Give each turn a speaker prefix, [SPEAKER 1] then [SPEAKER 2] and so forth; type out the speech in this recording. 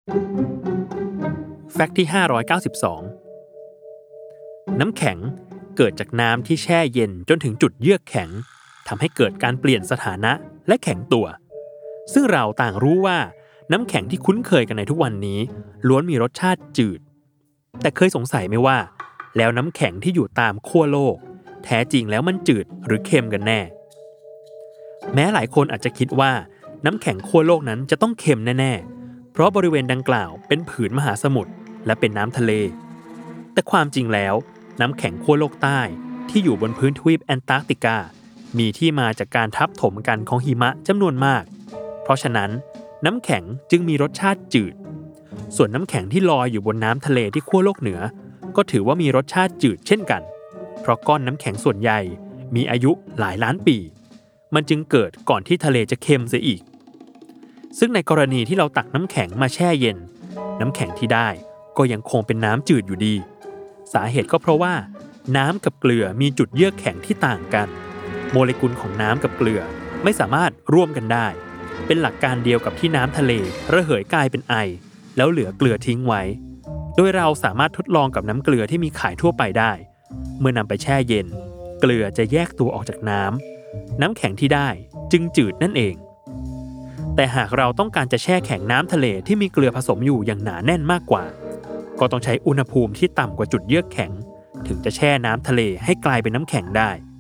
[SPEAKER 1] แฟกต์ที่592น้ำแข็งเกิดจากน้ำที่แช่เย็นจนถึงจุดเยือกแข็งทำให้เกิดการเปลี่ยนสถานะและแข็งตัวซึ่งเราต่างรู้ว่าน้ำแข็งที่คุ้นเคยกันในทุกวันนี้ล้วนมีรสชาติจืดแต่เคยสงสัยไหมว่าแล้วน้ำแข็งที่อยู่ตามขั้วโลกแท้จริงแล้วมันจืดหรือเค็มกันแน่แม้หลายคนอาจจะคิดว่าน้ำแข็งขั้วโลกนั้นจะต้องเค็มแน่ๆเพราะบริเวณดังกล่าวเป็นผืนมหาสมุทรและเป็นน้ำทะเลแต่ความจริงแล้วน้ำแข็งขั้วโลกใต้ที่อยู่บนพื้นทวีปแอนตาร์กติกามีที่มาจากการทับถมกันของหิมะจำนวนมากเพราะฉะนั้นน้ำแข็งจึงมีรสชาติจืดส่วนน้ำแข็งที่ลอยอยู่บนน้ำทะเลที่ขั้วโลกเหนือก็ถือว่ามีรสชาติจืดเช่นกันเพราะก้อนน้ำแข็งส่วนใหญ่มีอายุหลายล้านปีมันจึงเกิดก่อนที่ทะเลจะเค็มเสียอีกซึ่งในกรณีที่เราตักน้ำแข็งมาแช่เย็นน้ำแข็งที่ได้ก็ยังคงเป็นน้ำจืดอยู่ดีสาเหตุก็เพราะว่าน้ำกับเกลือมีจุดเยือกแข็งที่ต่างกันโมเลกุลของน้ำกับเกลือไม่สามารถร่วมกันได้เป็นหลักการเดียวกับที่น้ำทะเลระเหยกลายเป็นไอแล้วเหลือเกลือทิ้งไว้โดยเราสามารถทดลองกับน้ำเกลือที่มีขายทั่วไปได้เมื่อนำไปแช่เย็นเกลือจะแยกตัวออกจากน้ำแข็งที่ได้จึงจืดนั่นเองแต่หากเราต้องการจะแช่แข็งน้ำทะเลที่มีเกลือผสมอยู่อย่างหนาแน่นมากกว่าก็ต้องใช้อุณหภูมิที่ต่ำกว่าจุดเยือกแข็งถึงจะแช่น้ำทะเลให้กลายเป็นน้ำแข็งได้